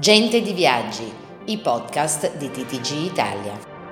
Gente di Viaggi, i podcast di TTG Italia.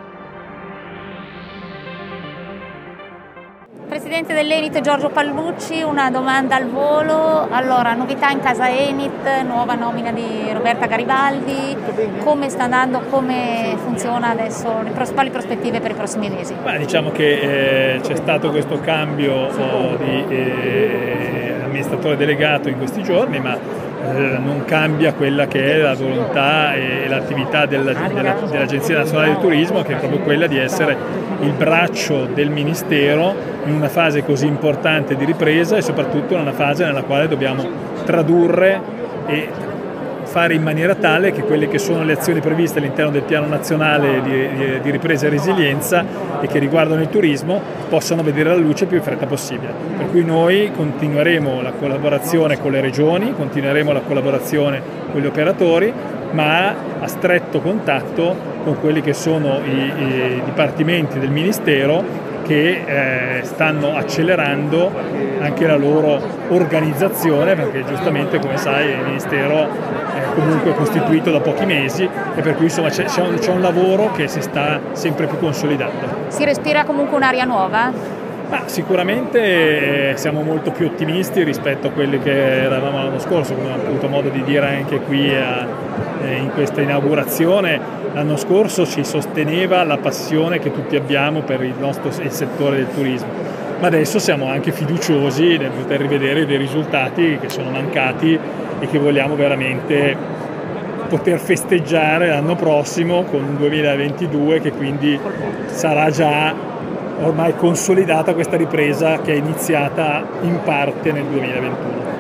Presidente dell'Enit Giorgio Pallucci, una domanda al volo. Allora, novità in casa Enit, nuova nomina di Roberta Garibaldi, come sta andando, come funziona adesso, le principali prospettive per i prossimi mesi? Diciamo che c'è stato questo cambio di amministratore delegato in questi giorni, ma non cambia quella che è la volontà e l'attività dell'Agenzia Nazionale del Turismo, che è proprio quella di essere il braccio del Ministero in una fase così importante di ripresa e soprattutto in una fase nella quale dobbiamo tradurre e fare in maniera tale che quelle che sono le azioni previste all'interno del piano nazionale di ripresa e resilienza e che riguardano il turismo possano vedere la luce il più in fretta possibile. Per cui noi continueremo la collaborazione con le regioni, continueremo la collaborazione con gli operatori, ma a stretto contatto con quelli che sono i dipartimenti del Ministero che stanno accelerando anche la loro organizzazione, perché giustamente, come sai, il Ministero è comunque costituito da pochi mesi e per cui insomma c'è un lavoro che si sta sempre più consolidando. Si respira comunque un'aria nuova? Sicuramente siamo molto più ottimisti rispetto a quelli che eravamo l'anno scorso, come ho avuto modo di dire anche qui in questa inaugurazione. L'anno scorso si sosteneva la passione che tutti abbiamo per il settore del turismo, ma adesso siamo anche fiduciosi nel poter rivedere dei risultati che sono mancati e che vogliamo veramente poter festeggiare l'anno prossimo con un 2022 che quindi sarà già ormai consolidata questa ripresa che è iniziata in parte nel 2021.